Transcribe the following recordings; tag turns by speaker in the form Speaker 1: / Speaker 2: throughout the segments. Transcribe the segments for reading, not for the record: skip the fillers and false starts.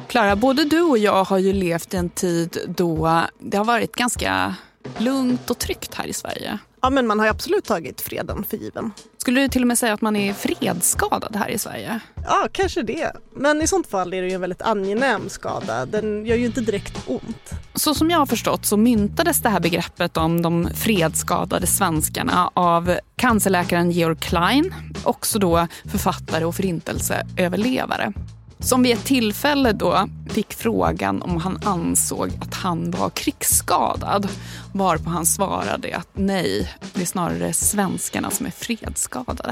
Speaker 1: Klara, både du och jag har ju levt i en tid då det har varit ganska lugnt och tryggt här i Sverige.
Speaker 2: Ja, men man har ju absolut tagit freden för given.
Speaker 1: Skulle du till och med säga att man är fredsskadad här i Sverige?
Speaker 2: Ja, kanske det. Men i sånt fall är det ju en väldigt angenäm skada. Den gör ju inte direkt ont.
Speaker 1: Så som jag har förstått så myntades det här begreppet om de fredsskadade svenskarna av cancerläkaren Georg Klein, också då författare och förintelseöverlevare. Som vid ett tillfälle då fick frågan om han ansåg att han var krigsskadad, varpå han svarade att nej, det är snarare svenskarna som är fredsskadade.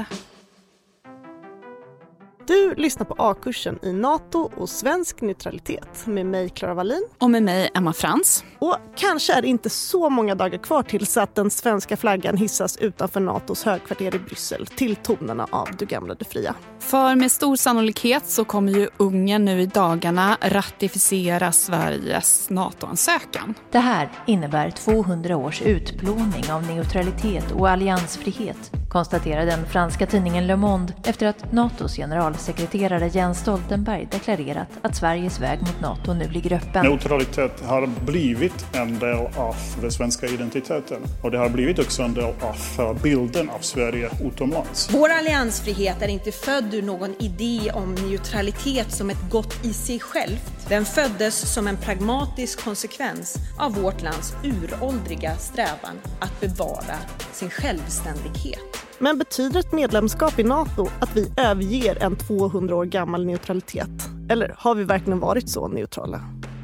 Speaker 2: Du lyssnar på A-kursen i NATO och svensk neutralitet med mig, Clara Wallin.
Speaker 1: Och med mig, Emma Frans.
Speaker 2: Och kanske är det inte så många dagar kvar till så att den svenska flaggan hissas utanför NATOs högkvarter i Bryssel till tonerna av Du gamla, du fria.
Speaker 1: För med stor sannolikhet så kommer ju Ungern nu i dagarna ratificera Sveriges NATO-ansökan.
Speaker 3: Det här innebär 200 års utplåning av neutralitet och alliansfrihet, konstaterar den franska tidningen Le Monde efter att NATOs generalsekreterare Jens Stoltenberg deklarerat att Sveriges väg mot NATO nu ligger öppen.
Speaker 4: Neutralitet har blivit en del av den svenska identiteten och det har blivit också en del av bilden av Sverige utomlands.
Speaker 5: Vår alliansfrihet är inte född ur någon idé om neutralitet som ett gott i sig självt. Den föddes som en pragmatisk konsekvens av vårt lands uråldriga strävan att bevara sin självständighet.
Speaker 2: Men betyder ett medlemskap i NATO att vi överger en 200 år gammal neutralitet? Eller har vi verkligen varit så neutrala?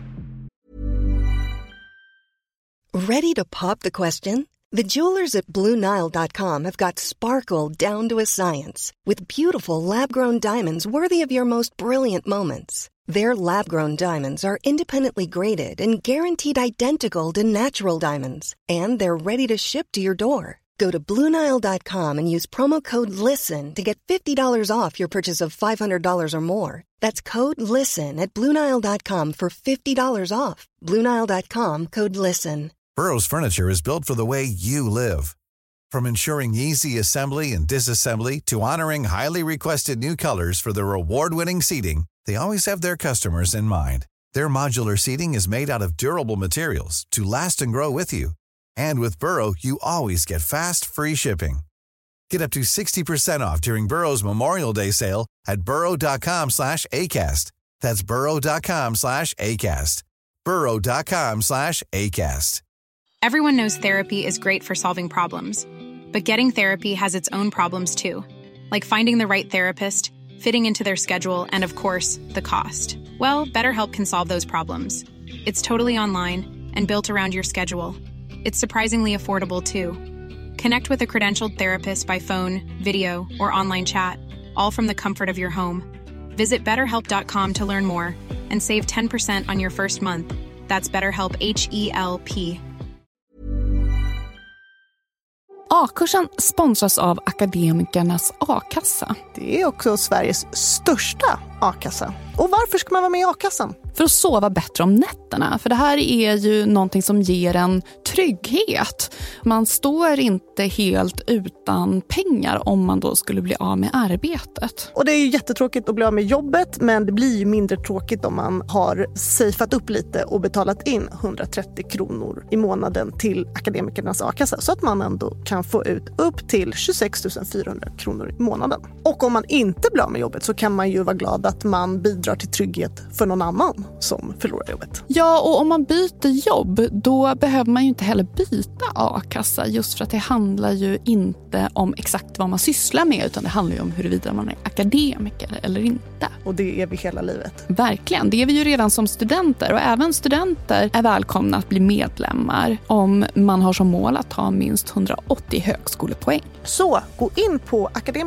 Speaker 6: Ready to pop the question? The jewelers at BlueNile.com have got sparkle down to a science with beautiful lab-grown diamonds worthy of your most brilliant moments. Their lab-grown diamonds are independently graded and guaranteed identical to natural diamonds, and they're ready to ship to your door. Go to BlueNile.com and use promo code LISTEN to get $50 off your purchase of $500 or more. That's code LISTEN at BlueNile.com for $50 off. BlueNile.com, code LISTEN.
Speaker 7: Burrow's furniture is built for the way you live. From ensuring easy assembly and disassembly to honoring highly requested new colors for their award-winning seating, they always have their customers in mind. Their modular seating is made out of durable materials to last and grow with you. And with Burrow, you always get fast, free shipping. Get up to 60% off during Burrow's Memorial Day sale at burrow.com/ACAST. That's burrow.com/ACAST. burrow.com/ACAST.
Speaker 8: Everyone knows therapy is great for solving problems, but getting therapy has its own problems too, like finding the right therapist, fitting into their schedule, and of course, the cost. Well, BetterHelp can solve those problems. It's totally online and built around your schedule. It's surprisingly affordable too. Connect with a credentialed therapist by phone, video, or online chat, all from the comfort of your home. Visit BetterHelp.com to learn more and save 10% on your first month. That's BetterHelp, H-E-L-P.
Speaker 1: A-kursen sponsras av Akademikernas A-kassa.
Speaker 2: Det är också Sveriges största A-kassa. Och varför ska man vara med i A-kassan?
Speaker 1: För att sova bättre om nätterna. För det här är ju någonting som ger en trygghet. Man står inte helt utan pengar om man då skulle bli av med arbetet.
Speaker 2: Och det är ju jättetråkigt att bli av med jobbet, men det blir ju mindre tråkigt om man har safeat upp lite och betalat in 130 kronor i månaden till Akademikernas A-kassa. Så att man ändå kan få ut upp till 26 400 kronor i månaden. Och om man inte blir av med jobbet så kan man ju vara glad att man bidrar till trygghet för någon annan som förlorar jobbet.
Speaker 1: Ja, och om man byter jobb då behöver man ju inte heller byta A-kassa, just för att det handlar ju inte om exakt vad man sysslar med, utan det handlar ju om huruvida man är akademiker eller inte.
Speaker 2: Och det är vi hela livet.
Speaker 1: Verkligen, det är vi ju redan som studenter, och även studenter är välkomna att bli medlemmar om man har som mål att ha minst 180 högskolepoäng.
Speaker 2: Så gå in på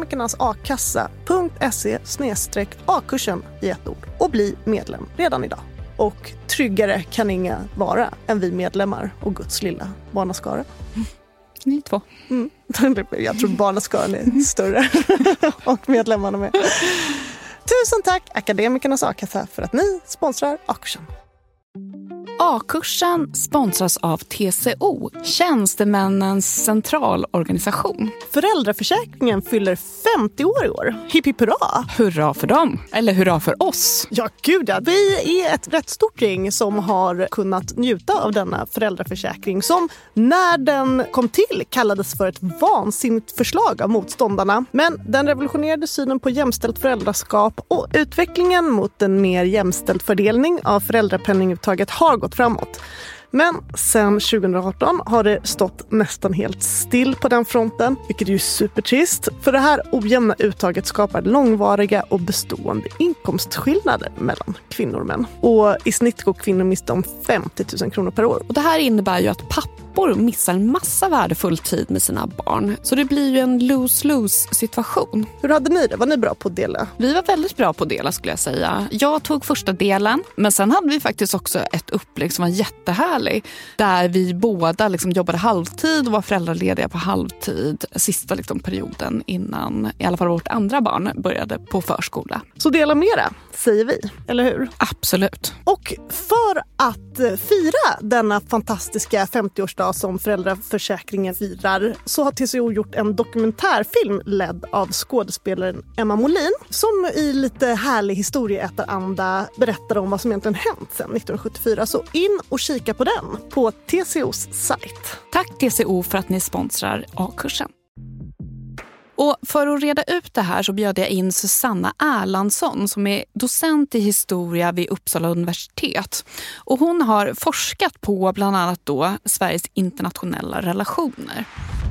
Speaker 2: akademikernasakassa.se/A-kursen i ett ord och bli medlem redan idag. Och tryggare kan inga vara än vi medlemmar och Guds lilla barnaskara.
Speaker 1: Ni två.
Speaker 2: Jag tror barnaskaran är större och medlemmarna med. Tusen tack Akademikernas A-kassa för att ni sponsrar A-kursen.
Speaker 1: A-kursen sponsras av TCO, Tjänstemännens centralorganisation.
Speaker 2: Föräldraförsäkringen fyller 50 år i år. Hipp hipp hurra!
Speaker 1: Hurra för dem, eller hurra för oss.
Speaker 2: Ja, gud ja. Vi är ett rätt stort gäng som har kunnat njuta av denna föräldraförsäkring som när den kom till kallades för ett vansinnigt förslag av motståndarna. Men den revolutionerade synen på jämställt föräldraskap och utvecklingen mot en mer jämställd fördelning av föräldrapenninguttaget har gått framåt. Men sen 2018 har det stått nästan helt still på den fronten, vilket är ju supertrist. För det här ojämna uttaget skapar långvariga och bestående inkomstskillnader mellan kvinnor och män. Och i snitt går kvinnor miste om 50 000 kronor per år.
Speaker 1: Och det här innebär ju att pappor missar en massa värdefull tid med sina barn. Så det blir ju en lose-lose situation.
Speaker 2: Hur hade ni det? Var ni bra på att dela?
Speaker 1: Vi var väldigt bra på att dela skulle jag säga. Jag tog första delen, men sen hade vi faktiskt också ett upplägg som var jättehärlig. Där vi båda jobbade halvtid och var föräldralediga på halvtid. Sista perioden innan i alla fall vårt andra barn började på förskola.
Speaker 2: Så dela mera, säger vi, eller hur?
Speaker 1: Absolut.
Speaker 2: Och för att fira denna fantastiska 50-årsdag som föräldraförsäkringen firar så har TCO gjort en dokumentärfilm ledd av skådespelaren Emma Molin som i lite härlig historieätaranda berättar om vad som egentligen hänt sedan 1974. Så in och kika på den på TCOs sajt.
Speaker 1: Tack TCO för att ni sponsrar A-kursen. Och för att reda ut det här så bjöd jag in Susanna Erlandsson som är docent i historia vid Uppsala universitet. Och hon har forskat på bland annat då Sveriges internationella relationer.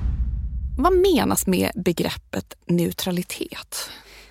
Speaker 1: Vad menas med begreppet neutralitet?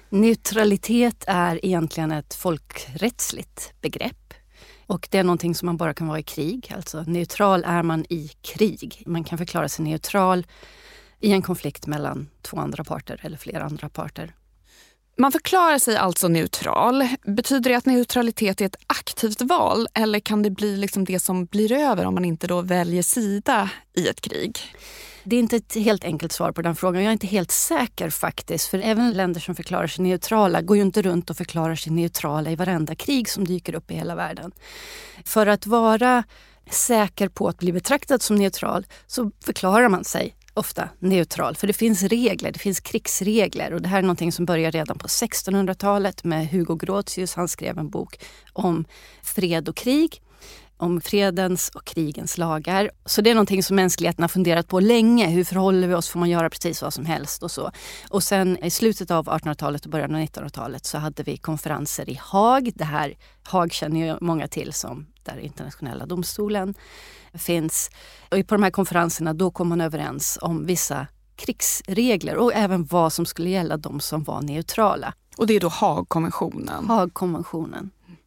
Speaker 9: Neutralitet är egentligen ett folkrättsligt begrepp. Och det är någonting som man bara kan vara i krig. Alltså neutral är man i krig. Man kan förklara sig neutral i en konflikt mellan två andra parter eller flera andra parter.
Speaker 1: Man förklarar sig alltså neutral. Betyder det att neutralitet är ett aktivt val eller kan det bli det som blir över om man inte då väljer sida i ett krig?
Speaker 9: Det är inte ett helt enkelt svar på den frågan. Jag är inte helt säker faktiskt. För även länder som förklarar sig neutrala går ju inte runt och förklarar sig neutrala i varenda krig som dyker upp i hela världen. För att vara säker på att bli betraktad som neutral så förklarar man sig ofta neutral. För det finns regler, det finns krigsregler och det här är någonting som börjar redan på 1600-talet med Hugo Grotius. Han skrev en bok om fred och krig, om fredens och krigens lagar. Så det är någonting som mänskligheten har funderat på länge. Hur förhåller vi oss? Får man göra precis vad som helst och så. Och sen i slutet av 1800-talet och början av 1900-talet så hade vi konferenser i Haag. Det här Haag känner ju många till som där internationella domstolen finns. Och på de här konferenserna då kom man överens om vissa krigsregler och även vad som skulle gälla de som var neutrala.
Speaker 1: Och det är då Haagkonventionen?
Speaker 9: Haagkonventionen.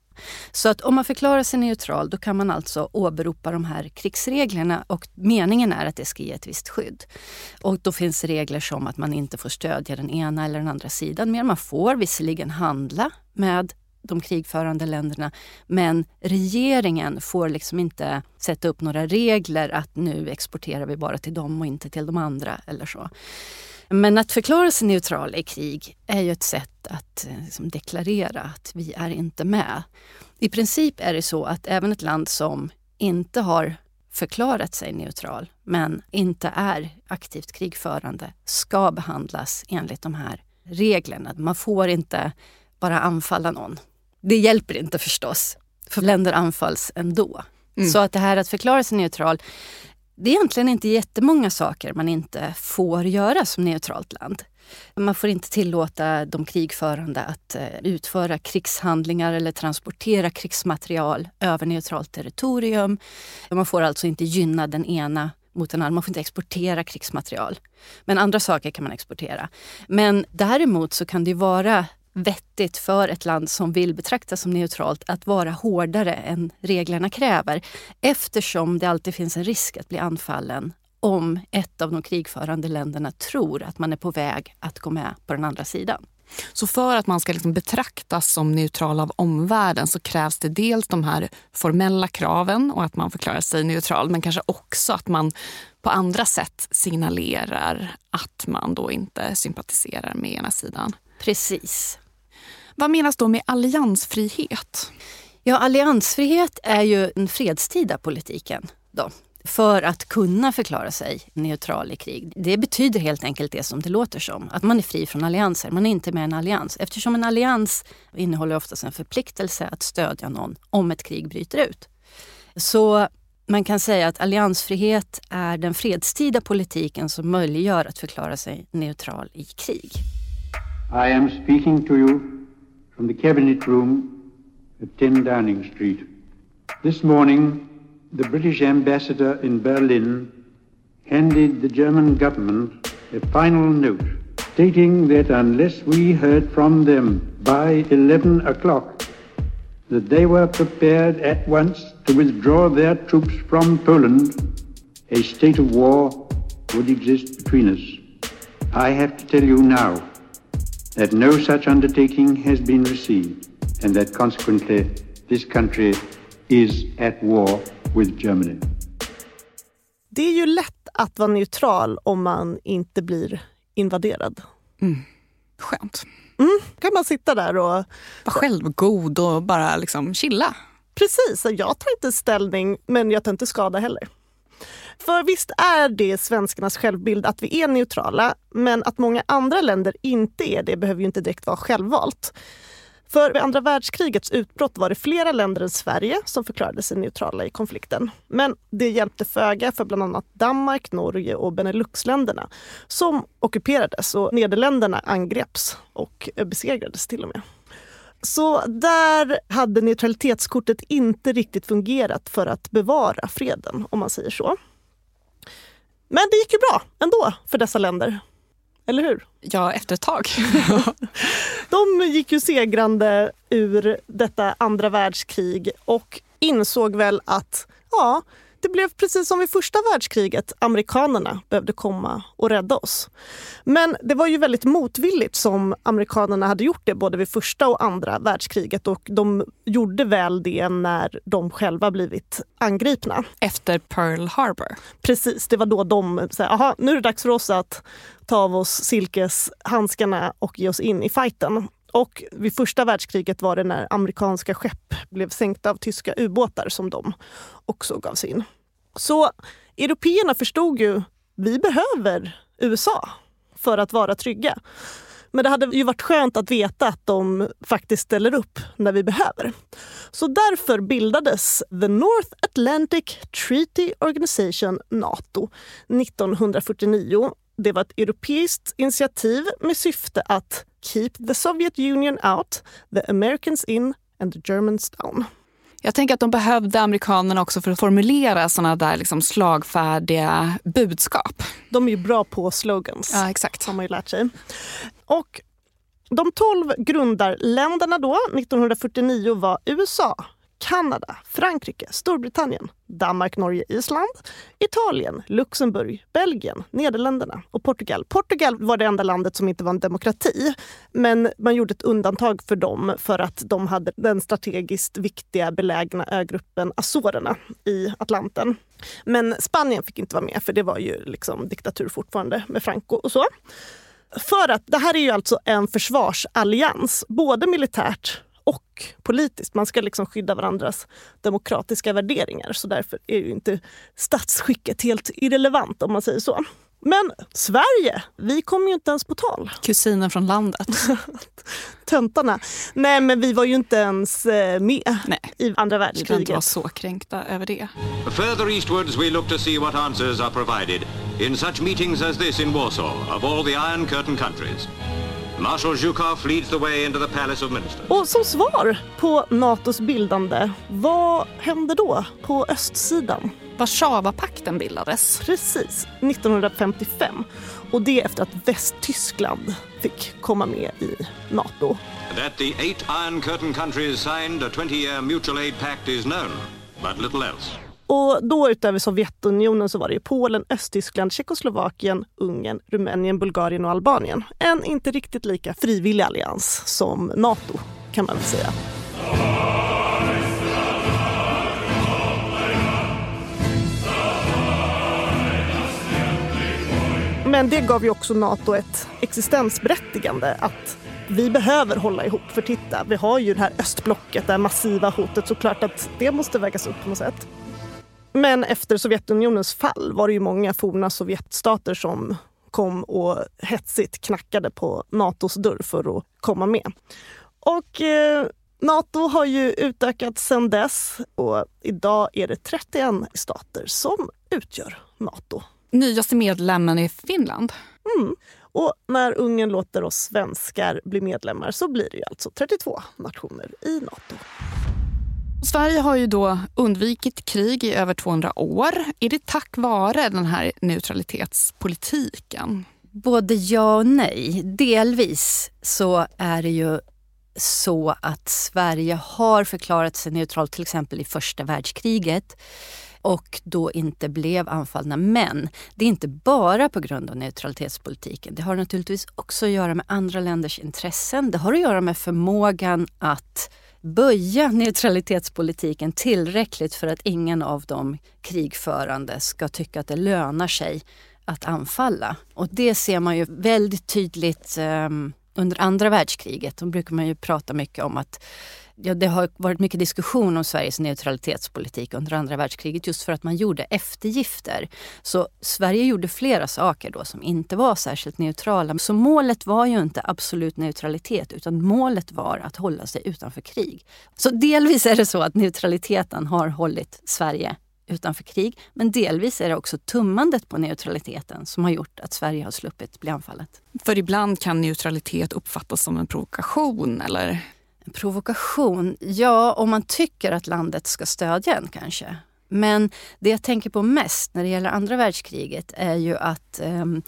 Speaker 9: Så att om man förklarar sig neutral då kan man alltså åberopa de här krigsreglerna och meningen är att det ska ge ett visst skydd. Och då finns regler som att man inte får stödja den ena eller den andra sidan. Men man får visserligen handla med de krigförande länderna men regeringen får inte sätta upp några regler att nu exporterar vi bara till dem och inte till de andra eller så. Men att förklara sig neutral i krig är ju ett sätt att deklarera att vi är inte med. I princip är det så att även ett land som inte har förklarat sig neutral men inte är aktivt krigförande ska behandlas enligt de här reglerna. Man får inte bara anfalla någon. Det hjälper inte förstås, för länder anfalls ändå. Så att det här att förklara sig neutral, det är egentligen inte jättemånga saker man inte får göra som neutralt land. Man får inte tillåta de krigförande att utföra krigshandlingar eller transportera krigsmaterial över neutralt territorium. Man får alltså inte gynna den ena mot den andra. Man får inte exportera krigsmaterial. Men andra saker kan man exportera. Men däremot så kan det vara vettigt för ett land som vill betraktas som neutralt att vara hårdare än reglerna kräver eftersom det alltid finns en risk att bli anfallen om ett av de krigförande länderna tror att man är på väg att gå med på den andra sidan.
Speaker 1: Så för att man ska betraktas som neutral av omvärlden så krävs det dels de här formella kraven och att man förklarar sig neutral men kanske också att man på andra sätt signalerar att man då inte sympatiserar med ena sidan. Precis.
Speaker 9: Vad
Speaker 1: menas då med alliansfrihet?
Speaker 9: Ja, alliansfrihet är ju den fredstida politiken då. För att kunna förklara sig neutral i krig. Det betyder helt enkelt det som det låter som. Att man är fri från allianser. Man är inte med i en allians. Eftersom en allians innehåller oftast en förpliktelse att stödja någon om ett krig bryter ut. Så man kan säga att alliansfrihet är den fredstida politiken som möjliggör att förklara sig neutral i krig.
Speaker 10: I am speaking to you from the cabinet room at 10 Downing Street. This morning, the British ambassador in Berlin handed the German government a final note stating that unless we heard from them by 11 o'clock, that they were prepared at once to withdraw their troops from Poland, a state of war would exist between us. I have to tell you now that no such undertaking has been received and that consequently this country is at war with Germany.
Speaker 2: Det är ju lätt att vara neutral om man inte blir invaderad.
Speaker 1: Skönt.
Speaker 2: Kan man sitta där och
Speaker 1: vara självgod och bara liksom chilla.
Speaker 2: Precis, jag tar inte ställning men jag tar inte skada heller. För visst är det svenskarnas självbild att vi är neutrala, men att många andra länder inte är det behöver ju inte direkt vara självvalt. För vid andra världskrigets utbrott var det flera länder än Sverige som förklarade sig neutrala i konflikten. Men det hjälpte föga för bland annat Danmark, Norge och Beneluxländerna som ockuperades och Nederländerna angreps och besegrades till och med. Så där hade neutralitetskortet inte riktigt fungerat för att bevara freden, om man säger så. Men det gick ju bra ändå för dessa länder. Eller hur?
Speaker 1: Ja, efter ett tag.
Speaker 2: De gick ju segrande ur detta andra världskrig och insåg väl att det blev precis som vid första världskriget. Amerikanerna behövde komma och rädda oss. Men det var ju väldigt motvilligt som amerikanerna hade gjort det både vid första och andra världskriget. Och de gjorde väl det när de själva blivit angripna.
Speaker 1: Efter Pearl Harbor.
Speaker 2: Precis, det var då de sa, nu är det dags för oss att ta av oss silkeshandskarna och ge oss in i fighten. Och vid första världskriget var det när amerikanska skepp blev sänkta av tyska ubåtar som de också gav sig in. Så européerna förstod ju, vi behöver USA för att vara trygga. Men det hade ju varit skönt att veta att de faktiskt ställer upp när vi behöver. Så därför bildades The North Atlantic Treaty Organization, NATO, 1949. Det var ett europeiskt initiativ med syfte att keep the Soviet Union out, the Americans in and the Germans down.
Speaker 1: Jag tänker att de behövde amerikanerna också för att formulera sådana där liksom slagfärdiga budskap.
Speaker 2: De är ju bra på slogans.
Speaker 1: Ja, exakt.
Speaker 2: Har man ju lärt sig. Och de 12 grundarländerna då, 1949 var USA, Kanada, Frankrike, Storbritannien, Danmark, Norge, Island, Italien, Luxemburg, Belgien, Nederländerna och Portugal. Portugal var det enda landet som inte var en demokrati, men man gjorde ett undantag för dem för att de hade den strategiskt viktiga belägna ögruppen Azorerna i Atlanten. Men Spanien fick inte vara med för det var ju liksom diktatur fortfarande med Franco och så. För att det här är ju alltså en försvarsallians, både militärt och politiskt. Man ska liksom skydda varandras demokratiska värderingar. Så därför är ju inte statsskicket helt irrelevant om man säger så. Men Sverige, vi kom ju inte ens på tal.
Speaker 1: Kusinen från landet.
Speaker 2: Töntarna. Nej, men vi var ju inte ens med i andra världskriget. Vi
Speaker 1: behöver inte vara så kränkta över det.
Speaker 11: Further eastwards we look to see what answers are provided in such meetings as this in Warsaw of all the Iron Curtain countries. Marshal Zhukov leads the way into the Palace of Ministers.
Speaker 2: Och som svar på NATOs bildande, vad hände då på östsidan?
Speaker 1: Warszawapakten bildades.
Speaker 2: Precis, 1955. Och det efter att Västtyskland fick komma med i NATO.
Speaker 11: That the 8 Iron Curtain countries signed a 20-year mutual aid pact is known, but little else.
Speaker 2: Och då utöver Sovjetunionen så var det ju Polen, Östtyskland, Tjeckoslovakien, Ungern, Rumänien, Bulgarien och Albanien. En inte riktigt lika frivillig allians som NATO kan man väl säga. Men det gav ju också NATO ett existensberättigande att vi behöver hålla ihop, för titta, vi har ju det här östblocket, det här massiva hotet, såklart att det måste vägas upp på något sätt. Men efter Sovjetunionens fall var det ju många forna Sovjetstater som kom och hetsigt knackade på NATOs dörr för att komma med. Och NATO har ju utökats sedan dess och idag är det 31 stater som utgör NATO.
Speaker 1: Nyaste medlemmen är Finland.
Speaker 2: Och när Ungern låter oss svenskar bli medlemmar så blir det ju alltså 32 nationer i NATO.
Speaker 1: Sverige har ju då undvikit krig i över 200 år. Är det tack vare den här neutralitetspolitiken?
Speaker 9: Både ja och nej. Delvis så är det ju så att Sverige har förklarat sig neutralt till exempel i första världskriget och då inte blev anfallna. Men det är inte bara på grund av neutralitetspolitiken. Det har naturligtvis också att göra med andra länders intressen. Det har att göra med förmågan att böja neutralitetspolitiken tillräckligt för att ingen av de krigförande ska tycka att det lönar sig att anfalla. Och det ser man ju väldigt tydligt under andra världskriget. Då brukar man ju prata mycket om att det har varit mycket diskussion om Sveriges neutralitetspolitik under andra världskriget just för att man gjorde eftergifter. Så Sverige gjorde flera saker då som inte var särskilt neutrala. Så målet var ju inte absolut neutralitet utan målet var att hålla sig utanför krig. Så delvis är det så att neutraliteten har hållit Sverige utanför krig, men delvis är det också tummandet på neutraliteten som har gjort att Sverige har sluppit bli anfallet.
Speaker 1: För ibland kan neutralitet uppfattas som en provokation, eller?
Speaker 9: En provokation? Ja, om man tycker att landet ska stödja en kanske. Men det jag tänker på mest när det gäller andra världskriget är ju att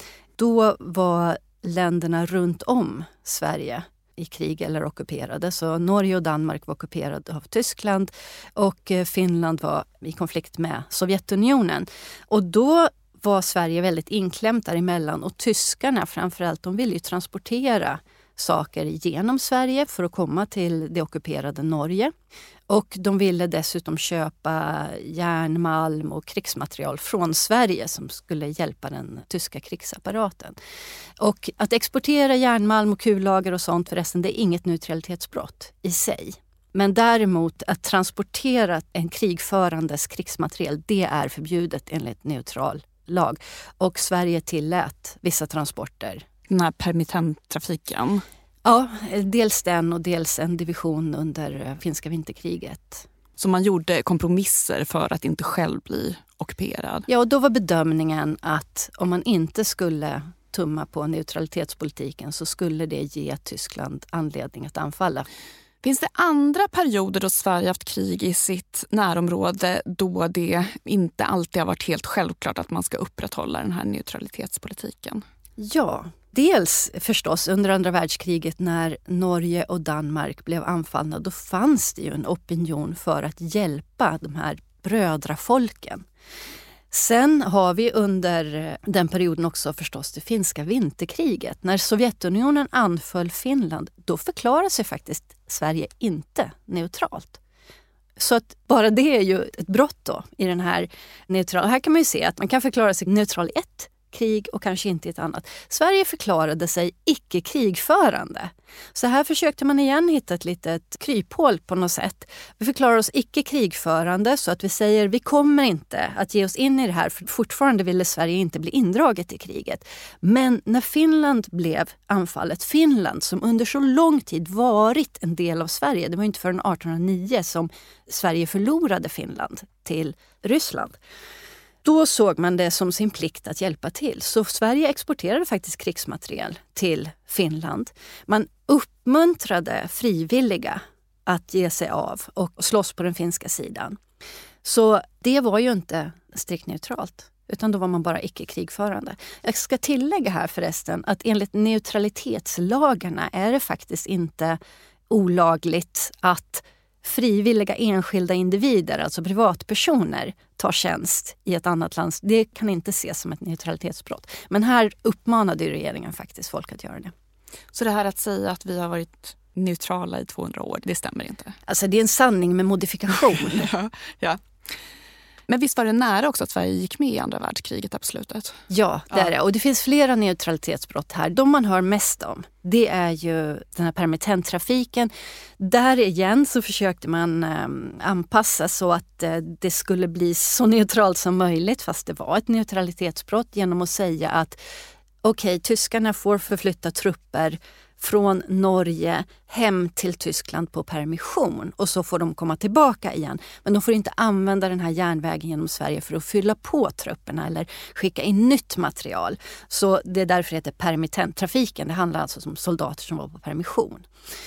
Speaker 9: då var länderna runt om Sverige i krig eller ockuperade. Så Norge och Danmark var ockuperade av Tyskland och Finland var i konflikt med Sovjetunionen. Och då var Sverige väldigt inklämt däremellan och tyskarna framförallt, de ville ju transportera saker genom Sverige för att komma till det ockuperade Norge. Och de ville dessutom köpa järnmalm och krigsmaterial från Sverige som skulle hjälpa den tyska krigsapparaten. Och att exportera järnmalm och kullager och sånt förresten, det är inget neutralitetsbrott i sig. Men däremot att transportera en krigförandes krigsmaterial, det är förbjudet enligt neutral lag. Och Sverige tillät vissa transporter.
Speaker 1: Den här permittenttrafiken?
Speaker 9: Ja, dels den och dels en division under finska vinterkriget.
Speaker 1: Så man gjorde kompromisser för att inte själv bli ockuperad?
Speaker 9: Ja, och då var bedömningen att om man inte skulle tumma på neutralitetspolitiken så skulle det ge Tyskland anledning att anfalla.
Speaker 1: Finns det andra perioder då Sverige haft krig i sitt närområde då det inte alltid har varit helt självklart att man ska upprätthålla den här neutralitetspolitiken?
Speaker 9: Ja, dels förstås under andra världskriget när Norge och Danmark blev anfallna, då fanns det ju en opinion för att hjälpa de här brödrafolken. Sen har vi under den perioden också förstås det finska vinterkriget. När Sovjetunionen anföll Finland, då förklarar sig faktiskt Sverige inte neutralt. Så att bara det är ju ett brott då i den här neutrala. Här kan man ju se att man kan förklara sig neutral i ett krig och kanske inte ett annat. Sverige förklarade sig icke-krigförande. Så här försökte man igen hitta ett litet kryphål på något sätt. Vi förklarar oss icke-krigförande så att vi säger vi kommer inte att ge oss in i det här för fortfarande ville Sverige inte bli indraget i kriget. Men när Finland blev anfallet, Finland som under så lång tid varit en del av Sverige, det var inte förrän 1809 som Sverige förlorade Finland till Ryssland. Då såg man det som sin plikt att hjälpa till. Så Sverige exporterade faktiskt krigsmateriel till Finland. Man uppmuntrade frivilliga att ge sig av och slåss på den finska sidan. Så det var ju inte strikt neutralt, utan då var man bara icke-krigförande. Jag ska tillägga här förresten att enligt neutralitetslagarna är det faktiskt inte olagligt att frivilliga enskilda individer, alltså privatpersoner, tar tjänst i ett annat land. Det kan inte ses som ett neutralitetsbrott. Men här uppmanade ju regeringen faktiskt folk att göra det.
Speaker 1: Så det här att säga att vi har varit neutrala i 200 år, det stämmer inte?
Speaker 9: Alltså det är en sanning med modifikation.
Speaker 1: Ja. Men visst var det nära också att Sverige gick med i andra världskriget på slutet?
Speaker 9: Ja, det är det. Och det finns flera neutralitetsbrott här. De man hör mest om, det är ju den här permittenttrafiken. Där igen så försökte man anpassa så att det skulle bli så neutralt som möjligt, fast det var ett neutralitetsbrott, genom att säga att okej, tyskarna får förflytta trupper från Norge hem till Tyskland på permission och så får de komma tillbaka igen. Men de får inte använda den här järnvägen genom Sverige för att fylla på trupperna eller skicka in nytt material. Så det är därför det heter permittenttrafiken. Det handlar alltså om soldater som var på permission.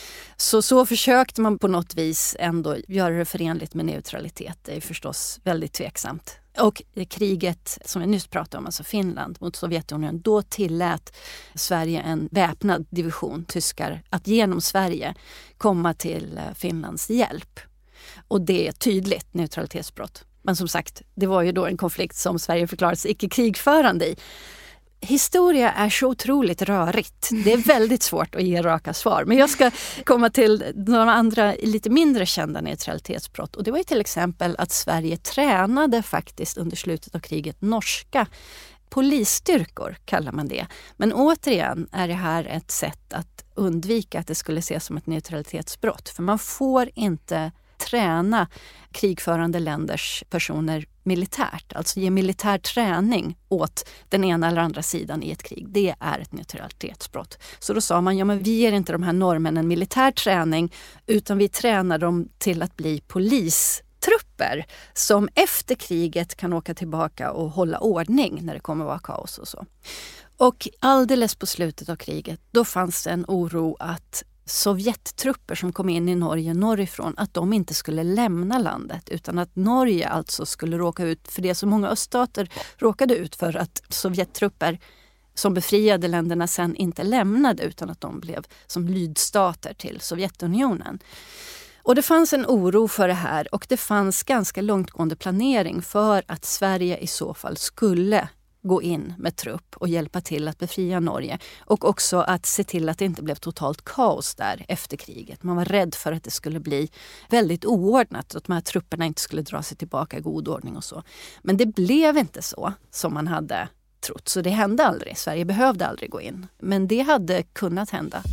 Speaker 9: Så försökte man på något vis ändå göra det förenligt med neutralitet. Det är förstås väldigt tveksamt. Och kriget som vi nyss pratade om, alltså Finland mot Sovjetunionen, då tillät Sverige en väpnad division tyskar att genom Sverige komma till Finlands hjälp. Och det är ett tydligt neutralitetsbrott. Men som sagt, det var ju då en konflikt som Sverige förklarade sig icke krigförande i. Historia är så otroligt rörigt. Det är väldigt svårt att ge raka svar. Men jag ska komma till några andra lite mindre kända neutralitetsbrott. Och det var ju till exempel att Sverige tränade faktiskt under slutet av kriget norska polisstyrkor, kallar man det. Men återigen är det här ett sätt att undvika att det skulle ses som ett neutralitetsbrott. För man får inte träna krigförande länders personer militärt, alltså ge militär träning åt den ena eller andra sidan i ett krig. Det är ett neutralitetsbrott. Så då sa man, ja men vi ger inte de här norrmännen militär träning utan vi tränar dem till att bli polistrupper som efter kriget kan åka tillbaka och hålla ordning när det kommer vara kaos och så. Och alldeles på slutet av kriget, då fanns det en oro att Sovjettrupper som kom in i Norge norrifrån, att de inte skulle lämna landet utan att Norge alltså skulle råka ut för det som många öststater råkade ut för, att Sovjettrupper som befriade länderna sen inte lämnade utan att de blev som lydstater till Sovjetunionen. Och det fanns en oro för det här och det fanns ganska långtgående planering för att Sverige i så fall skulle gå in med trupp och hjälpa till att befria Norge. Och också att se till att det inte blev totalt kaos där efter kriget. Man var rädd för att det skulle bli väldigt oordnat. Att de här trupperna inte skulle dra sig tillbaka i god ordning och så. Men det blev inte så som man hade trott. Så det hände aldrig. Sverige behövde aldrig gå in. Men det hade kunnat hända.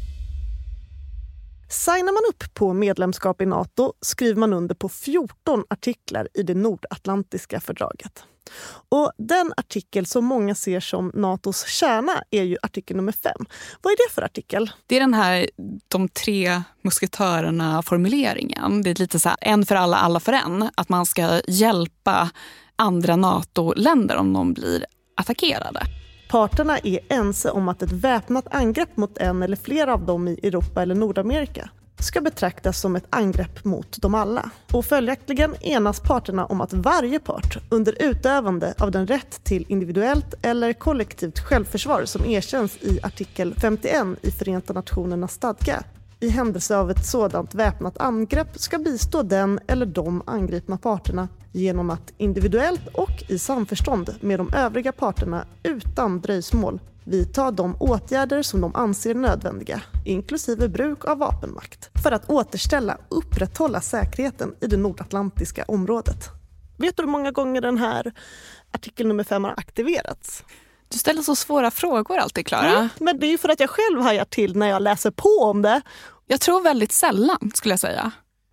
Speaker 2: Signar man upp på medlemskap i NATO skriver man under på 14 artiklar i det nordatlantiska fördraget. Och den artikel som många ser som NATOs kärna är ju artikel nummer 5. Vad är det för artikel?
Speaker 1: Det är den här de 3 musketörerna-formuleringen. Det är lite så här, en för alla, alla för en. Att man ska hjälpa andra NATO-länder om de blir attackerade.
Speaker 2: Parterna är ense om att ett väpnat angrepp mot en eller flera av dem i Europa eller Nordamerika ska betraktas som ett angrepp mot dem alla. Och följaktligen enas parterna om att varje part under utövande av den rätt till individuellt eller kollektivt självförsvar som erkänns i artikel 51 i Förenta nationernas stadga i händelse av ett sådant väpnat angrepp ska bistå den eller de angripna parterna genom att individuellt och i samförstånd med de övriga parterna utan dröjsmål vidta de åtgärder som de anser nödvändiga, inklusive bruk av vapenmakt, för att återställa och upprätthålla säkerheten i det nordatlantiska området. Vet du hur många gånger den här artikel nummer 5 har aktiverats?
Speaker 1: Du ställer så svåra frågor alltid, Klara.
Speaker 2: Men det är ju för att jag själv hajar till när jag läser på om det.
Speaker 1: Jag tror väldigt sällan, skulle jag säga.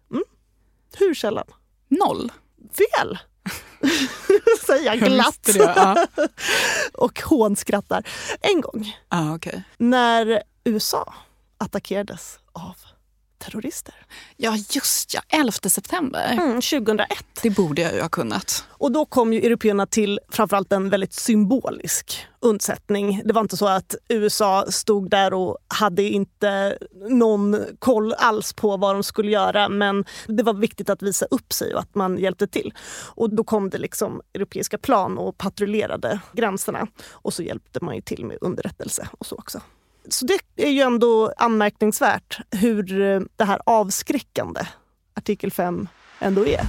Speaker 2: Hur sällan?
Speaker 1: 0.
Speaker 2: Fel! Säger jag glatt.
Speaker 1: Det, ja.
Speaker 2: Och hånskrattar. En gång.
Speaker 1: Okay.
Speaker 2: När USA attackerades av terrorister.
Speaker 1: Ja, just ja. 11 september.
Speaker 2: 2001.
Speaker 1: Det borde jag ju ha kunnat.
Speaker 2: Och då kom ju européerna till framförallt en väldigt symbolisk undsättning. Det var inte så att USA stod där och hade inte någon koll alls på vad de skulle göra. Men det var viktigt att visa upp sig och att man hjälpte till. Och då kom det liksom europeiska plan och patrullerade gränserna. Och så hjälpte man ju till med underrättelse och så också. Så det är ju ändå anmärkningsvärt hur det här avskräckande artikel 5 ändå är.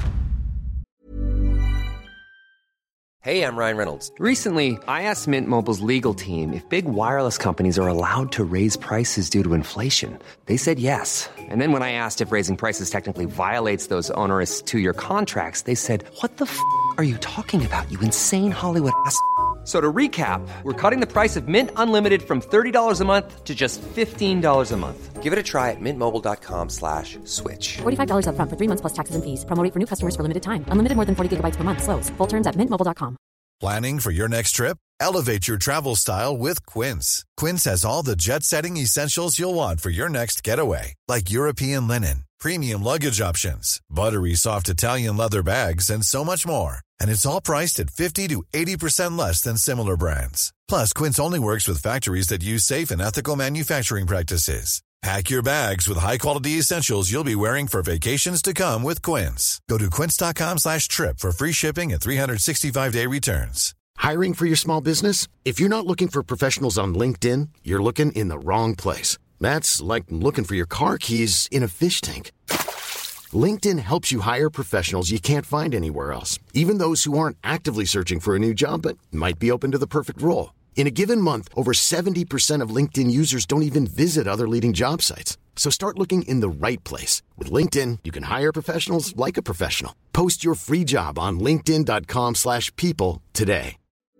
Speaker 12: Hey, I'm Ryan Reynolds. Recently, I asked Mint Mobile's legal team if big wireless companies are allowed to raise prices due to inflation. They said yes. And then when I asked if raising prices technically violates those onerous 2-year contracts, they said, what the f*** are you talking about, you insane Hollywood ass? So to recap, we're cutting the price of Mint Unlimited from $30 a month to just $15 a month. Give it a try at mintmobile.com/switch.
Speaker 13: $45 up front for 3 months plus taxes and fees. Promo rate for new customers for limited time. Unlimited more than 40 gigabytes per month. Slows full terms at mintmobile.com.
Speaker 7: Planning for your next trip? Elevate your travel style with Quince. Quince has all the jet-setting essentials you'll want for your next getaway, like European linen, premium luggage options, buttery soft Italian leather bags, and so much more. And it's all priced at 50 to 80% less than similar brands. Plus, Quince only works with factories that use safe and ethical manufacturing practices. Pack your bags with high-quality essentials you'll be wearing for vacations to come with Quince. Go to quince.com/trip for free shipping and 365-day returns.
Speaker 14: Hiring for your small business? If you're not looking for professionals on LinkedIn, you're looking in the wrong place. That's like looking for your car keys in a fish tank. LinkedIn helps you hire professionals you can't find anywhere else, even those who aren't actively searching for a new job but might be open to the perfect role. In a given month, over 70% of LinkedIn users don't even visit other leading job sites. So start looking in the right place. With LinkedIn, you can hire professionals like a professional. Post your free job on linkedin.com/people today.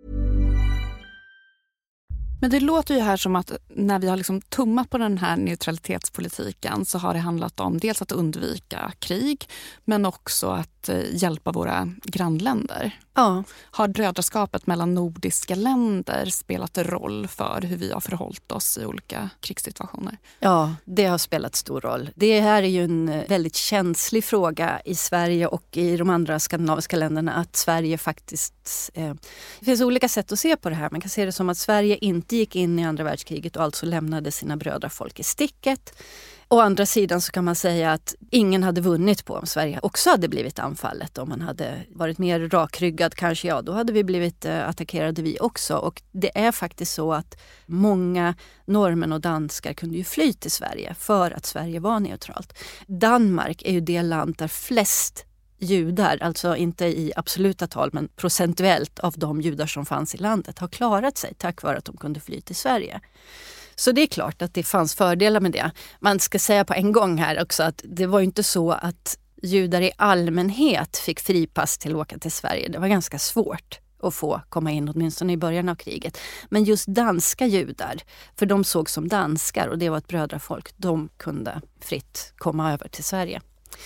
Speaker 1: Men det låter ju här som att när vi har liksom tummat på den här neutralitetspolitiken så har det handlat om dels att undvika krig men också att hjälpa våra grannländer.
Speaker 9: Ja.
Speaker 1: Har brödraskapet mellan nordiska länder spelat roll för hur vi har förhållit oss i olika krigssituationer?
Speaker 9: Ja, det har spelat stor roll. Det här är ju en väldigt känslig fråga i Sverige och i de andra skandinaviska länderna, att Sverige faktiskt... det finns olika sätt att se på det här. Man kan se det som att Sverige inte gick in i andra världskriget och alltså lämnade sina brödrafolk i sticket. Å andra sidan så kan man säga att ingen hade vunnit på om Sverige också hade blivit anfallet. Om man hade varit mer rakryggad kanske, ja, då hade vi blivit attackerade vi också. Och det är faktiskt så att många norrmän och danskar kunde ju fly till Sverige för att Sverige var neutralt. Danmark är ju det land där flest judar, alltså inte i absoluta tal men procentuellt av de judar som fanns i landet, har klarat sig tack vare att de kunde fly till Sverige. Så det är klart att det fanns fördelar med det. Man ska säga på en gång här också att det var ju inte så att judar i allmänhet fick fripass till att åka till Sverige. Det var ganska svårt att få komma in åtminstone i början av kriget. Men just danska judar, för de såg som danskar och det var ett brödrafolk, de kunde fritt komma över till Sverige.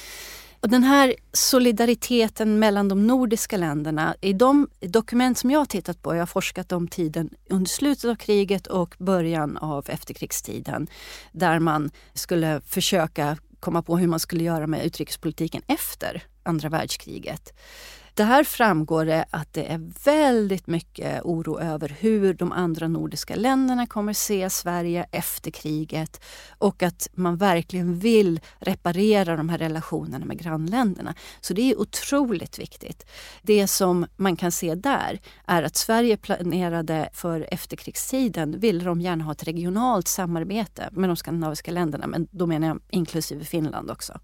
Speaker 9: Och den här solidariteten mellan de nordiska länderna, i de dokument som jag har tittat på, jag har forskat om tiden under slutet av kriget och början av efterkrigstiden, där man skulle försöka komma på hur man skulle göra med utrikespolitiken efter andra världskriget. Där framgår det att det är väldigt mycket oro över hur de andra nordiska länderna kommer se Sverige efter kriget och att man verkligen vill reparera de här relationerna med grannländerna. Så det är otroligt viktigt. Det som man kan se där är att Sverige planerade för efterkrigstiden, ville de gärna ha ett regionalt samarbete med de skandinaviska länderna, men då menar jag inklusive Finland också.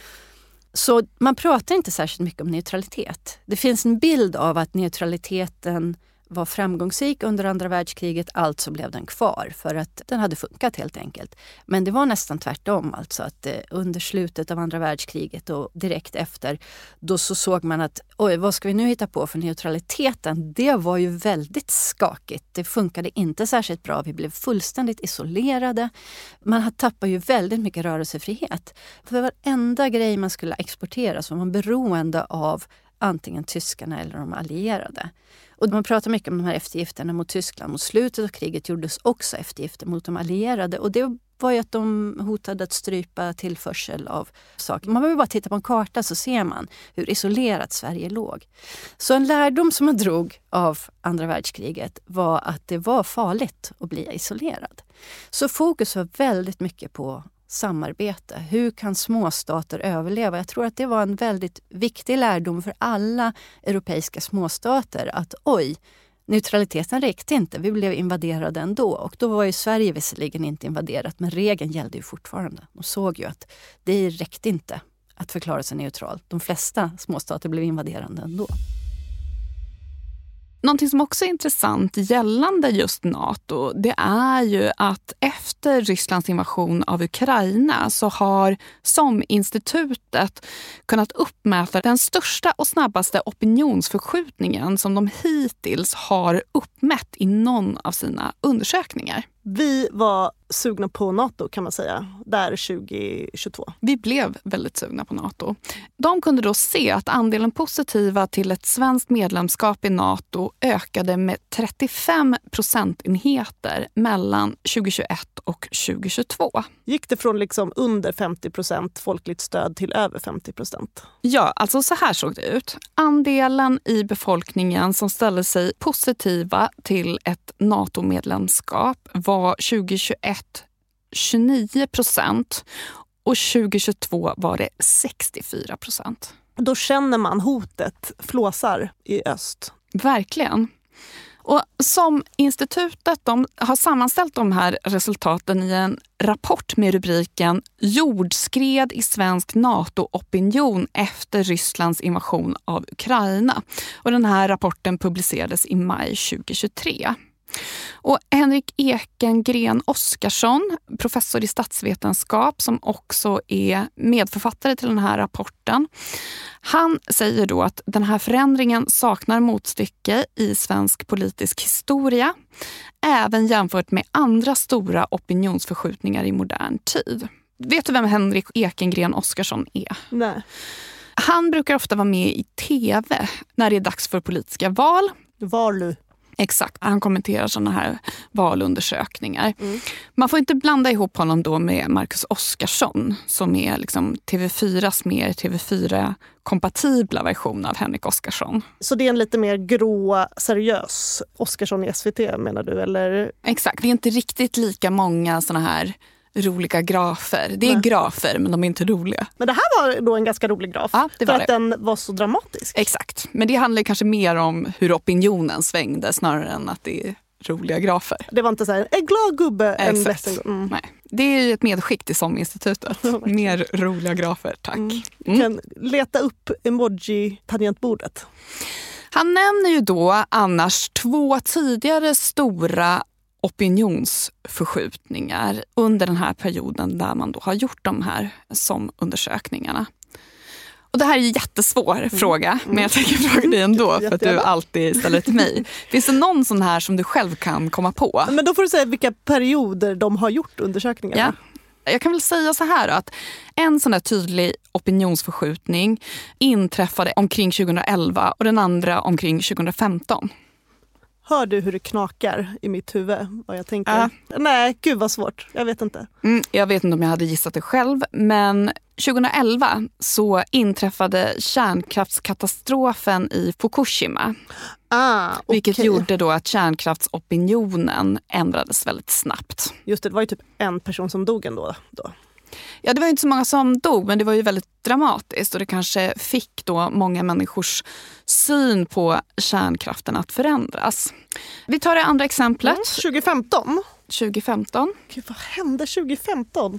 Speaker 9: Så man pratar inte särskilt mycket om neutralitet. Det finns en bild av att neutraliteten var framgångsrik under andra världskriget, alltså blev den kvar för att den hade funkat helt enkelt. Men det var nästan tvärtom, alltså att under slutet av andra världskriget och direkt efter, då så såg man att oj, vad ska vi nu hitta på för neutraliteten? Det var ju väldigt skakigt. Det funkade inte särskilt bra. Vi blev fullständigt isolerade. Man tappade ju väldigt mycket rörelsefrihet. För varenda grej man skulle exportera så var man beroende av antingen tyskarna eller de allierade. Och man pratar mycket om de här eftergifterna mot Tyskland. Mot slutet av kriget gjordes också eftergifter mot de allierade. Och det var ju att de hotade att strypa tillförsel av saker. Man behöver bara titta på en karta så ser man hur isolerat Sverige låg. Så en lärdom som man drog av andra världskriget var att det var farligt att bli isolerad. Så fokus var väldigt mycket på samarbete. Hur kan småstater överleva? Jag tror att det var en väldigt viktig lärdom för alla europeiska småstater att oj, neutraliteten räckte inte. Vi blev invaderade ändå. Och då var ju Sverige visserligen inte invaderat, men regeln gällde ju fortfarande. De såg ju att det räckte inte att förklara sig neutral. De flesta småstater blev invaderade ändå.
Speaker 1: Någonting som också är intressant gällande just NATO, det är ju att efter Rysslands invasion av Ukraina så har SOM-institutet kunnat uppmäta den största och snabbaste opinionsförskjutningen som de hittills har uppmätt i någon av sina undersökningar.
Speaker 2: Vi var sugna på NATO kan man säga, där 2022. Vi
Speaker 1: blev väldigt sugna på NATO. De kunde då se att andelen positiva till ett svenskt medlemskap i NATO ökade med 35 procentenheter mellan 2021 och 2022.
Speaker 2: Gick det från liksom under 50% folkligt stöd till över 50%?
Speaker 1: Ja, alltså så här såg det ut. Andelen i befolkningen som ställde sig positiva till ett NATO-medlemskap var 2021 29% och 2022 var det 64%.
Speaker 2: Då känner man hotet flåsar i öst.
Speaker 1: Verkligen. Och som institutet de har sammanställt de här resultaten i en rapport med rubriken Jordskred i svensk NATO-opinion efter Rysslands invasion av Ukraina. Och den här rapporten publicerades i maj 2023. Och Henrik Ekengren Oskarsson, professor i statsvetenskap som också är medförfattare till den här rapporten. Han säger då att den här förändringen saknar motstycke i svensk politisk historia, även jämfört med andra stora opinionsförskjutningar i modern tid. Vet du vem Henrik Ekengren Oskarsson är?
Speaker 2: Nej.
Speaker 1: Han brukar ofta vara med i tv när det är dags för politiska val.
Speaker 2: Valu.
Speaker 1: Exakt, han kommenterar sådana här valundersökningar. Man får inte blanda ihop honom då med Marcus Oskarsson som är liksom TV4s mer TV4-kompatibla version av Henrik Oskarsson.
Speaker 2: Så det är en lite mer grå, seriös Oskarsson i SVT menar du? Eller?
Speaker 1: Exakt, det är inte riktigt lika många sådana här roliga grafer. Det är grafer men de är inte roliga.
Speaker 2: Men det här var då en ganska rolig graf.
Speaker 1: Ja, det var
Speaker 2: för att den var så dramatisk.
Speaker 1: Exakt. Men det handlar kanske mer om hur opinionen svängde snarare än att det är roliga grafer.
Speaker 2: Det var inte så här en glad gubbe en ledsen.
Speaker 1: Nej. Det är ju ett medskick till SOM-institutet. Mer roliga grafer, tack.
Speaker 2: Du kan leta upp emoji-tangentbordet.
Speaker 1: Han nämner ju då annars 2 tidigare stora opinionsförskjutningar under den här perioden där man då har gjort de här SOM-undersökningarna. Och det här är en jättesvår fråga, men jag tänker fråga dig ändå för att du alltid ställer till mig. Finns det någon sån här som du själv kan komma på?
Speaker 2: Men då får du säga vilka perioder de har gjort undersökningarna.
Speaker 1: Ja. Jag kan väl säga så här att en sån här tydlig opinionsförskjutning inträffade omkring 2011 och den andra omkring 2015.
Speaker 2: Hör du hur det knakar i mitt huvud? Vad jag tänker? Nej, gud vad svårt. Jag vet inte.
Speaker 1: Jag vet inte om jag hade gissat det själv. Men 2011 så inträffade kärnkraftskatastrofen i Fukushima. Vilket gjorde då att kärnkraftsopinionen ändrades väldigt snabbt.
Speaker 2: Just det var ju typ en person som dog ändå då.
Speaker 1: Ja, det var inte så många som dog, men det var ju väldigt dramatiskt och det kanske fick då många människors syn på kärnkraften att förändras. Vi tar det andra exemplet.
Speaker 2: 2015. Gud, vad hände 2015?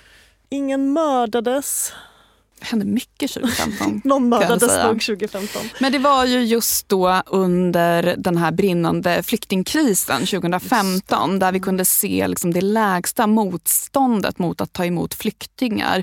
Speaker 2: Ingen mördades.
Speaker 1: Det hände mycket 2015.
Speaker 2: Någon mördades nog 2015.
Speaker 1: Men det var ju just då under den här brinnande flyktingkrisen 2015 där vi kunde se liksom det lägsta motståndet mot att ta emot flyktingar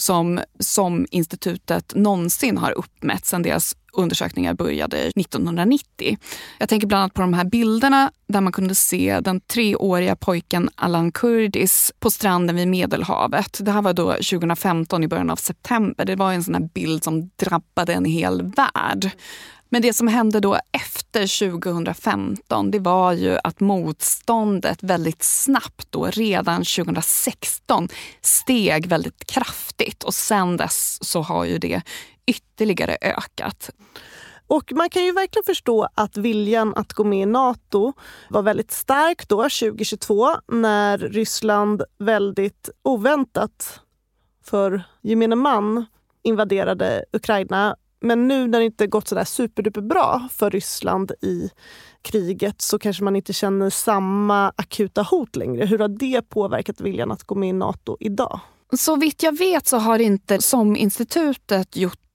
Speaker 1: som institutet någonsin har uppmätt sedan deras undersökningar började 1990. Jag tänker bland annat på de här bilderna där man kunde se den 3-åriga pojken Alan Kurdish på stranden vid Medelhavet. Det här var då 2015 i början av september. Det var en sån här bild som drabbade en hel värld. Men det som hände då efter 2015 det var ju att motståndet väldigt snabbt då redan 2016 steg väldigt kraftigt och sen dess så har ju det ytterligare ökat.
Speaker 2: Och man kan ju verkligen förstå att viljan att gå med i NATO var väldigt stark då 2022 när Ryssland väldigt oväntat för gemene man invaderade Ukraina. Men nu när det inte gått så där superduper bra för Ryssland i kriget så kanske man inte känner samma akuta hot längre. Hur har det påverkat viljan att gå med i NATO idag?
Speaker 1: Så vitt jag vet så har inte SOM-institutet gjort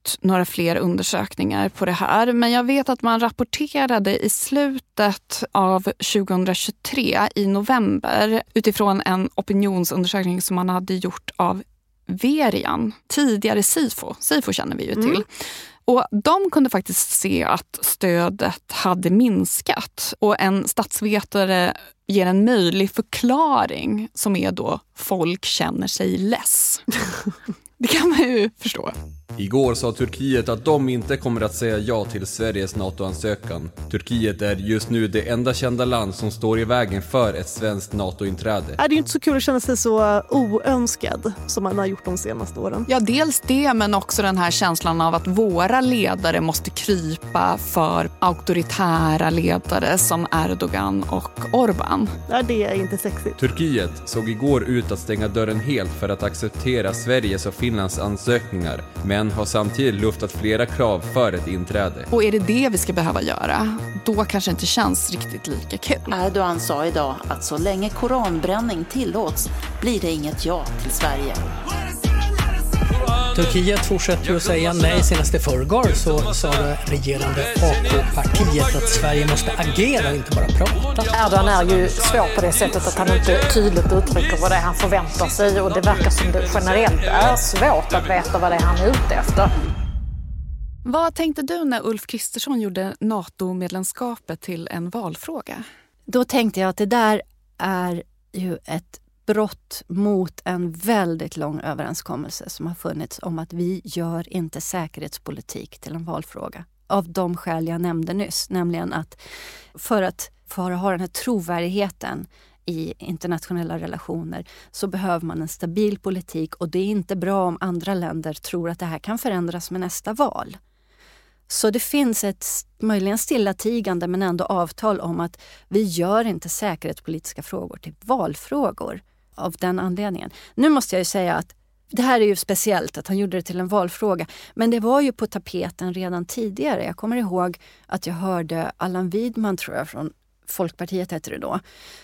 Speaker 1: gjort några fler undersökningar på det här, men jag vet att man rapporterade i slutet av 2023 i november utifrån en opinionsundersökning som man hade gjort av Verian, tidigare SIFO. SIFO känner vi ju till. Och de kunde faktiskt se att stödet hade minskat. Och en statsvetare ger en möjlig förklaring som är då folk känner sig less. Det kan man ju förstå.
Speaker 15: Igår sa Turkiet att de inte kommer att säga ja till Sveriges NATO-ansökan. Turkiet är just nu det enda kända land som står i vägen för ett svenskt NATO-inträde.
Speaker 2: Det är ju inte så kul att känna sig så oönskad som man har gjort de senaste åren.
Speaker 1: Ja, dels det, men också den här känslan av att våra ledare måste krypa för auktoritära ledare som Erdogan och Orbán.
Speaker 2: Ja, det är inte sexigt.
Speaker 15: Turkiet såg igår ut att stänga dörren helt för att acceptera Sveriges och Finlands ansökningar, men har samtidigt luftat flera krav för ett inträde.
Speaker 1: Och är det vi ska behöva göra, då kanske inte känns riktigt lika kul.
Speaker 16: Erdogan sa idag att så länge koranbränning tillåts blir det inget ja till Sverige.
Speaker 17: Turkiet fortsätter att säga nej. Senast i förrgår så sa det regerande AK-partiet att Sverige måste agera och inte bara prata.
Speaker 18: Erdogan är ju svår på det sättet att han inte tydligt uttrycker vad det är han förväntar sig, och det verkar som det generellt är svårt att veta vad det är han är ute efter.
Speaker 1: Vad tänkte du när Ulf Kristersson gjorde NATO-medlemskapet till en valfråga?
Speaker 9: Då tänkte jag att det där är ju ett brott mot en väldigt lång överenskommelse som har funnits om att vi gör inte säkerhetspolitik till en valfråga. Av de skäl jag nämnde nyss, nämligen att för att ha den här trovärdigheten i internationella relationer så behöver man en stabil politik, och det är inte bra om andra länder tror att det här kan förändras med nästa val. Så det finns ett möjligen stillatigande men ändå avtal om att vi gör inte säkerhetspolitiska frågor till valfrågor av den anledningen. Nu måste jag ju säga att det här är ju speciellt att han gjorde det till en valfråga, men det var ju på tapeten redan tidigare. Jag kommer ihåg att jag hörde Allan Widman, tror jag, från Folkpartiet heter det då,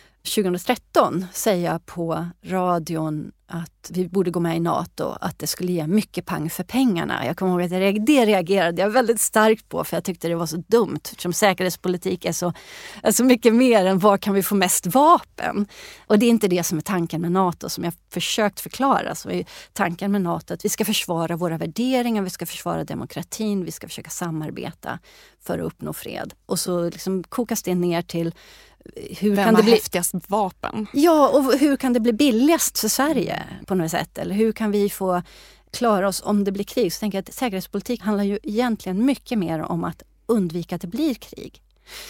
Speaker 9: 2013 säga på radion att vi borde gå med i NATO, att det skulle ge mycket pang för pengarna. Jag kommer ihåg att det reagerade jag väldigt starkt på, för jag tyckte det var så dumt, eftersom säkerhetspolitik är så mycket mer än var kan vi få mest vapen. Och det är inte det som är tanken med NATO, som jag försökt förklara. Så är tanken med NATO att vi ska försvara våra värderingar, vi ska försvara demokratin, vi ska försöka samarbeta för att uppnå fred. Och så liksom kokas det ner till hur
Speaker 1: vem
Speaker 9: kan det bli
Speaker 1: häftigast vapen?
Speaker 9: Ja, och hur kan det bli billigast för Sverige på något sätt? Eller hur kan vi få klara oss om det blir krig? Så tänker jag att säkerhetspolitik handlar ju egentligen mycket mer om att undvika att det blir krig.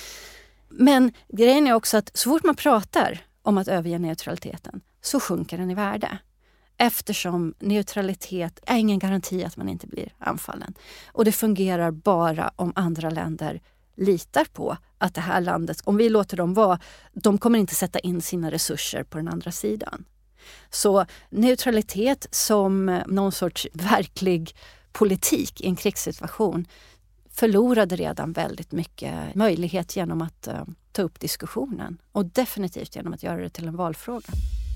Speaker 9: Men grejen är också att så fort man pratar om att överge neutraliteten så sjunker den i värde. Eftersom neutralitet är ingen garanti att man inte blir anfallen. Och det fungerar bara om andra länder litar på att det här landet, om vi låter dem vara, de kommer inte sätta in sina resurser på den andra sidan. Så neutralitet som någon sorts verklig politik i en krigssituation förlorade redan väldigt mycket möjlighet genom att ta upp diskussionen, och definitivt genom att göra det till en valfråga.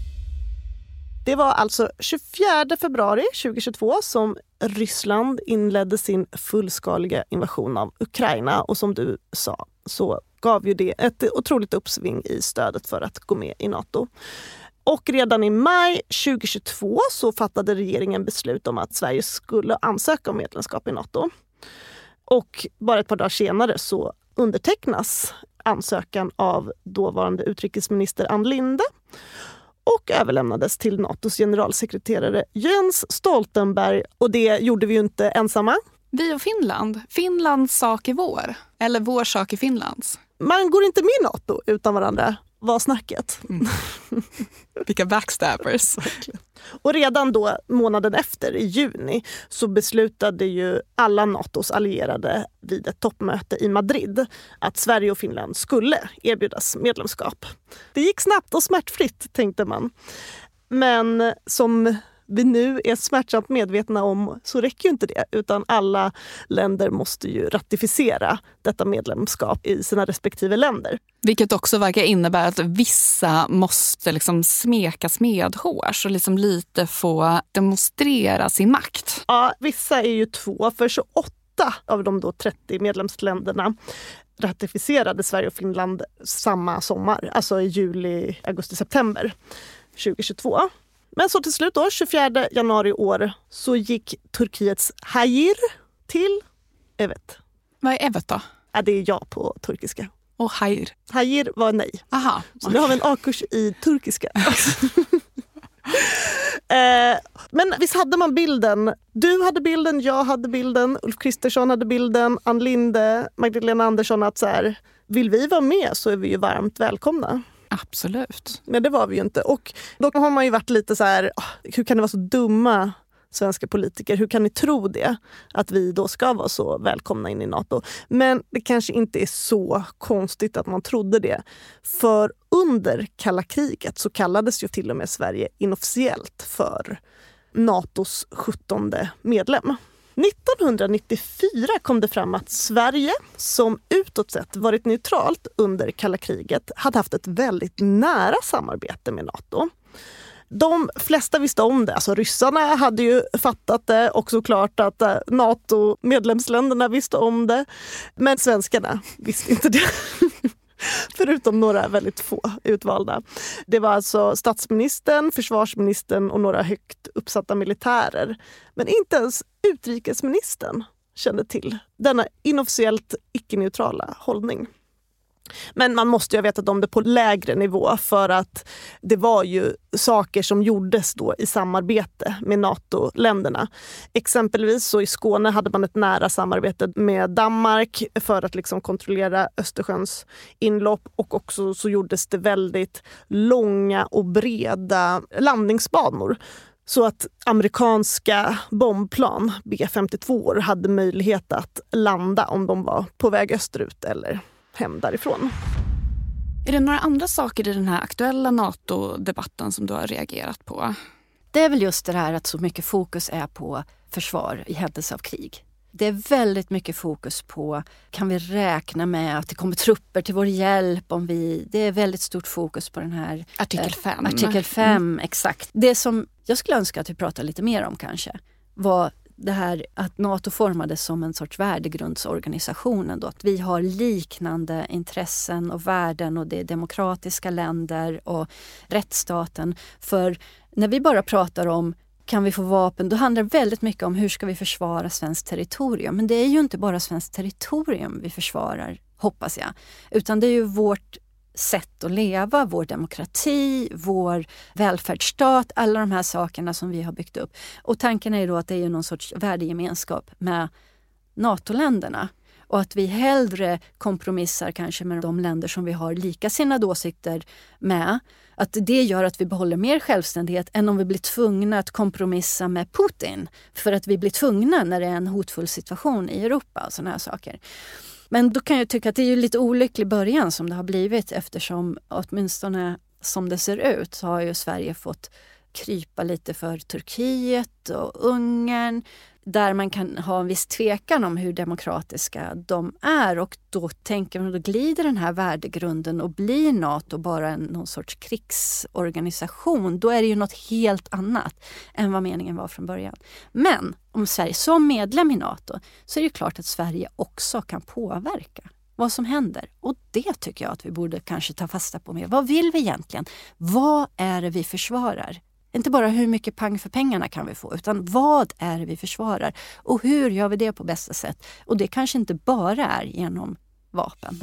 Speaker 2: Det var alltså 24 februari 2022 som Ryssland inledde sin fullskaliga invasion av Ukraina, och som du sa så gav ju det ett otroligt uppsving i stödet för att gå med i NATO. Och redan i maj 2022 så fattade regeringen beslut om att Sverige skulle ansöka om medlemskap i NATO. Och bara ett par dagar senare så undertecknas ansökan av dåvarande utrikesminister Ann Linde och överlämnades till NATOs generalsekreterare Jens Stoltenberg. Och det gjorde vi ju inte ensamma.
Speaker 1: Vi och Finland. Finlands sak är vår. Eller vår sak är Finlands.
Speaker 2: Man går inte med i NATO utan varandra, var snacket.
Speaker 1: Vilka backstabbers.
Speaker 2: Och redan då månaden efter, i juni, så beslutade ju alla NATOs allierade vid ett toppmöte i Madrid att Sverige och Finland skulle erbjudas medlemskap. Det gick snabbt och smärtfritt, tänkte man. Men som vi nu är smärtsamt medvetna om, så räcker ju inte det. Utan alla länder måste ju ratificera detta medlemskap i sina respektive länder.
Speaker 1: Vilket också verkar innebära att vissa måste liksom smekas medhårs och liksom lite få demonstrera sin makt.
Speaker 2: Ja, vissa är ju 2, för 28 av de då 30 medlemsländerna ratificerade Sverige och Finland samma sommar, alltså i juli, augusti, september 2022. Men så till slut då, 24 januari i år, så gick Turkiets hayır till evet.
Speaker 1: Vad är evet då?
Speaker 2: Ja, det är ja på turkiska.
Speaker 1: Och hayır?
Speaker 2: Hayır var nej.
Speaker 1: Aha.
Speaker 2: Så nu har vi en A-kurs i turkiska. Men visst hade man bilden. Du hade bilden, jag hade bilden, Ulf Kristersson hade bilden, Ann Linde, Magdalena Andersson, att så här, vill vi vara med så är vi ju varmt välkomna.
Speaker 1: Absolut.
Speaker 2: Men det var vi ju inte. Och då har man ju varit lite så här, hur kan det vara så dumma svenska politiker? Hur kan ni tro det? Att vi då ska vara så välkomna in i NATO. Men det kanske inte är så konstigt att man trodde det. För under kalla kriget så kallades ju till och med Sverige inofficiellt för NATOs 17:e medlem. 1994 kom det fram att Sverige, som utåt sett varit neutralt under kalla kriget, hade haft ett väldigt nära samarbete med NATO. De flesta visste om det, alltså ryssarna hade ju fattat det och såklart att NATO-medlemsländerna visste om det. Men svenskarna visste inte det. Förutom några väldigt få utvalda. Det var alltså statsministern, försvarsministern och några högt uppsatta militärer. Men inte ens utrikesministern kände till denna inofficiellt icke-neutrala hållning. Men man måste ju ha vetat om det på lägre nivå, för att det var ju saker som gjordes då i samarbete med NATO-länderna. Exempelvis så i Skåne hade man ett nära samarbete med Danmark för att liksom kontrollera Östersjöns inlopp, och också så gjordes det väldigt långa och breda landningsbanor. Så att amerikanska bombplan B-52 hade möjlighet att landa om de var på väg österut eller hem därifrån.
Speaker 1: Är det några andra saker i den här aktuella NATO-debatten som du har reagerat på?
Speaker 9: Det är väl just det här att så mycket fokus är på försvar i händelse av krig. Det är väldigt mycket fokus på, kan vi räkna med att det kommer trupper till vår hjälp om vi... Det är väldigt stort fokus på den här...
Speaker 1: Artikel 5.
Speaker 9: Artikel 5, exakt. Det som jag skulle önska att vi pratar lite mer om kanske var det här att NATO formades som en sorts värdegrundsorganisation ändå. Att vi har liknande intressen och värden, och det är demokratiska länder och rättsstaten. För när vi bara pratar om kan vi få vapen, då handlar det väldigt mycket om hur ska vi försvara svenskt territorium. Men det är ju inte bara svenskt territorium vi försvarar, hoppas jag. Utan det är ju vårt sätt att leva, vår demokrati, vår välfärdsstat, alla de här sakerna som vi har byggt upp. Och tanken är ju då att det är någon sorts värdegemenskap med NATO-länderna. Och att vi hellre kompromissar kanske med de länder som vi har likasinnade åsikter med. Att det gör att vi behåller mer självständighet än om vi blir tvungna att kompromissa med Putin. För att vi blir tvungna när det är en hotfull situation i Europa och sådana här saker. Men då kan jag tycka att det är ju lite olycklig början som det har blivit, eftersom åtminstone som det ser ut så har ju Sverige fått krypa lite för Turkiet och Ungern, där man kan ha en viss tvekan om hur demokratiska de är, och då tänker man, då glider den här värdegrunden och blir NATO bara någon sorts krigsorganisation. Då är det ju något helt annat än vad meningen var från början. Men om Sverige som medlem i NATO så är det ju klart att Sverige också kan påverka vad som händer. Och det tycker jag att vi borde kanske ta fasta på mer. Vad vill vi egentligen? Vad är det vi försvarar? Inte bara hur mycket pang för pengarna kan vi få, utan vad är det vi försvarar? Och hur gör vi det på bästa sätt? Och det kanske inte bara är genom vapen.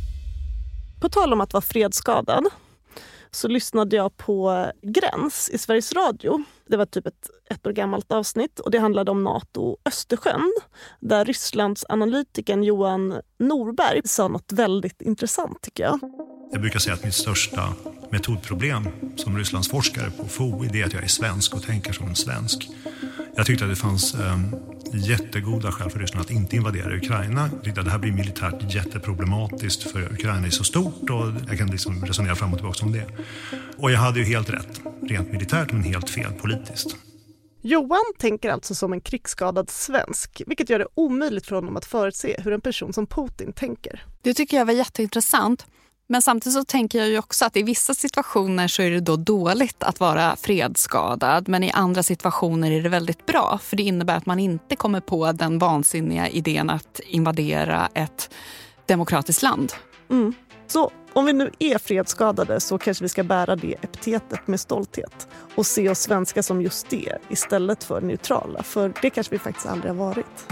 Speaker 2: På tal om att vara fredsskadad så lyssnade jag på Gräns i Sveriges Radio. Det var typ ett år gammalt avsnitt, och det handlade om NATO och Östersjön, där Rysslands analytikern Johan Norberg sa något väldigt intressant, tycker jag.
Speaker 19: Jag brukar säga att mitt största metodproblem som Rysslandsforskare på FOI är att jag är svensk och tänker som en svensk. Jag tyckte att det fanns jättegoda skäl för Ryssland att inte invadera Ukraina. Jag tyckte att det här blir militärt jätteproblematiskt, för Ukraina är så stort och jag kan liksom resonera fram och tillbaka om det. Och jag hade ju helt rätt rent militärt, men helt fel politiskt.
Speaker 2: Johan tänker alltså som en krigsskadad svensk, vilket gör det omöjligt för honom att förutse hur en person som Putin tänker.
Speaker 1: Det tycker jag var jätteintressant. Men samtidigt så tänker jag ju också att i vissa situationer så är det då dåligt att vara fredsskadad. Men i andra situationer är det väldigt bra. För det innebär att man inte kommer på den vansinniga idén att invadera ett demokratiskt land.
Speaker 2: Så om vi nu är fredsskadade så kanske vi ska bära det epitetet med stolthet. Och se oss svenskar som just det istället för neutrala. För det kanske vi faktiskt aldrig har varit.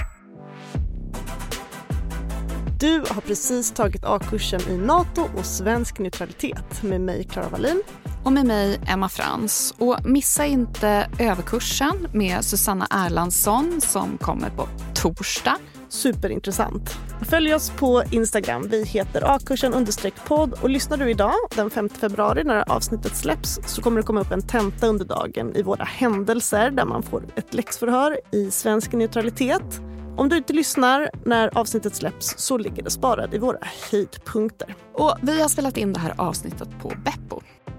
Speaker 2: Du har precis tagit A-kursen i NATO och svensk neutralitet med mig, Clara Wallin.
Speaker 1: Och med mig, Emma Frans. Och missa inte överkursen med Susanna Erlandsson som kommer på torsdag.
Speaker 2: Superintressant. Följ oss på Instagram. Vi heter akursen_podd. Och lyssnar du idag, den 5 februari när avsnittet släpps, så kommer det komma upp en tenta under dagen i våra händelser där man får ett läxförhör i svensk neutralitet. Om du inte lyssnar när avsnittet släpps så ligger det sparat i våra höjdpunkter.
Speaker 1: Och vi har spelat in det här avsnittet på Beppo.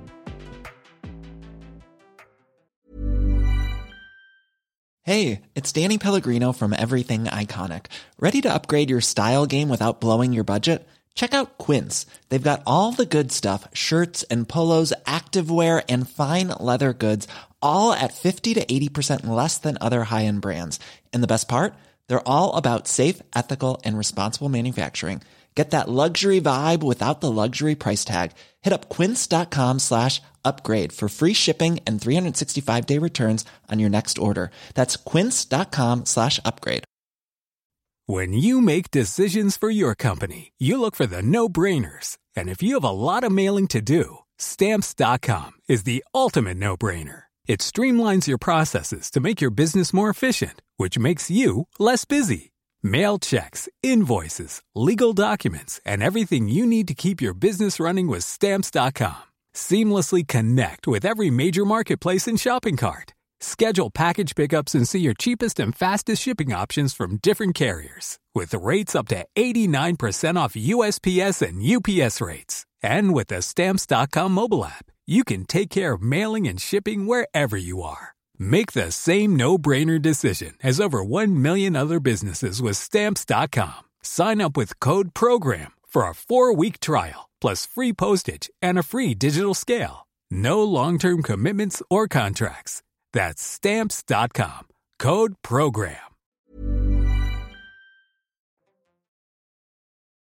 Speaker 20: Hey, it's Danny Pellegrino from Everything Iconic. Ready to upgrade your style game without blowing your budget? Check out Quince. They've got all the good stuff, shirts and polos, activewear and fine leather goods, all at 50 to 80% less than other high-end brands. And the best part? They're all about safe, ethical, and responsible manufacturing. Get that luxury vibe without the luxury price tag. Hit up quince.com/upgrade for free shipping and 365-day returns on your next order. That's quince.com/upgrade.
Speaker 21: When you make decisions for your company, you look for the no-brainers. And if you have a lot of mailing to do, Stamps.com is the ultimate no-brainer. It streamlines your processes to make your business more efficient, which makes you less busy. Mail checks, invoices, legal documents, and everything you need to keep your business running with Stamps.com. Seamlessly connect with every major marketplace and shopping cart. Schedule package pickups and see your cheapest and fastest shipping options from different carriers. With rates up to 89% off USPS and UPS rates. And with the Stamps.com mobile app, you can take care of mailing and shipping wherever you are. Make the same no-brainer decision as over 1 million other businesses with Stamps.com. Sign up with code PROGRAM for a 4-week trial, plus free postage and a free digital scale. No long-term commitments or contracts. That's Stamps.com. Code PROGRAM.